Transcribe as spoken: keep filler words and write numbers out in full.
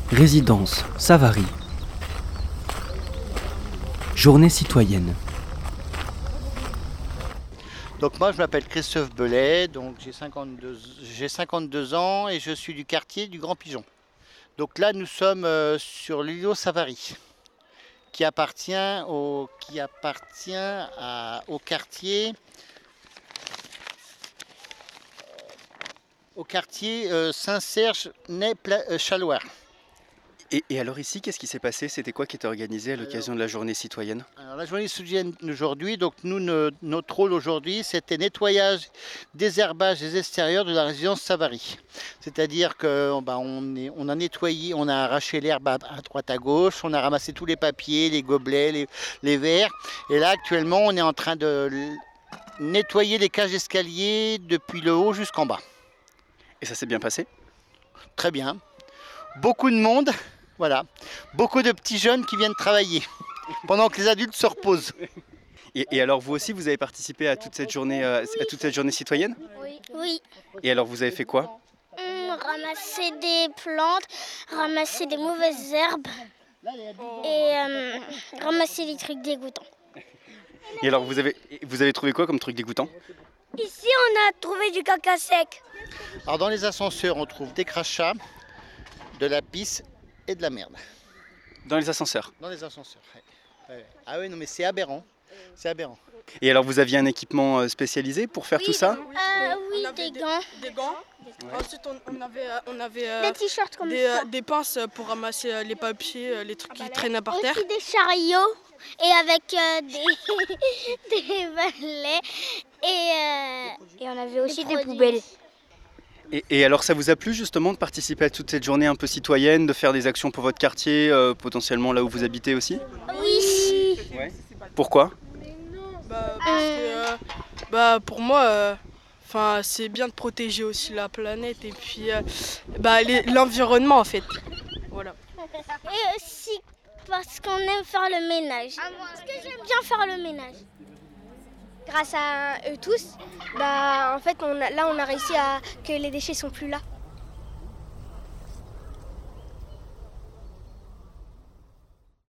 Résidence Savary. Journée citoyenne. Donc moi je m'appelle Christophe Belay, donc j'ai cinquante-deux, j'ai cinquante-deux ans et je suis du quartier du Grand Pigeon. Donc là nous sommes euh, sur l'îlot Savary qui appartient au, qui appartient à- au quartier, au quartier euh, Saint-Serge-Ney-Chaloir. Et, et alors ici, qu'est-ce qui s'est passé? C'était quoi qui était organisé à l'occasion de la journée citoyenne? Alors, la journée citoyenne aujourd'hui, donc nous, ne- notre rôle aujourd'hui, c'était nettoyage, désherbage des extérieurs de la résidence Savary. C'est-à-dire qu'on on est- on a nettoyé, on a arraché l'herbe à, à droite à gauche, on a ramassé tous les papiers, les gobelets, les, les verres. Et là, actuellement, on est en train de l- nettoyer les cages d'escalier depuis le haut jusqu'en bas. Et ça s'est bien passé? Très bien. Beaucoup de monde, voilà. Beaucoup de petits jeunes qui viennent travailler pendant que les adultes se reposent. Et, et alors vous aussi, vous avez participé à toute cette journée, euh, à toute cette journée citoyenne? Oui. Oui. Et alors vous avez fait quoi? Hum, ramasser des plantes, ramasser des mauvaises herbes et euh, ramasser les trucs dégoûtants. Et alors vous avez, vous avez trouvé quoi comme truc dégoûtant? Ici, on a trouvé du caca sec. Alors dans les ascenseurs, on trouve des crachats, de la pisse et de la merde. Dans les ascenseurs? Dans les ascenseurs. Ouais. Ouais. Ah oui, non mais c'est aberrant. C'est aberrant. Et alors vous aviez un équipement euh, spécialisé pour faire tout ça? Euh, oui, On avait des gants, Des gants. Ensuite, on, on avait, euh, on avait euh, des t-shirts comme des, ça. euh, des pinces pour ramasser euh, les papiers, euh, les trucs qui traînaient par terre. Aussi des chariots et avec euh, des, des balais et, euh, et on avait aussi des, poubelles. Et, et alors ça vous a plu justement de participer à toute cette journée un peu citoyenne, de faire des actions pour votre quartier, euh, potentiellement là où vous habitez aussi? Oui. Pourquoi? Bah, parce que, euh, bah, pour moi, euh, 'fin, c'est bien de protéger aussi la planète et puis euh, bah, les- l'environnement en fait. Voilà. Et aussi parce qu'on aime faire le ménage. Parce que j'aime bien faire le ménage. Grâce à eux tous, bah, en fait, on a- là, on a réussi à que les déchets sont plus là.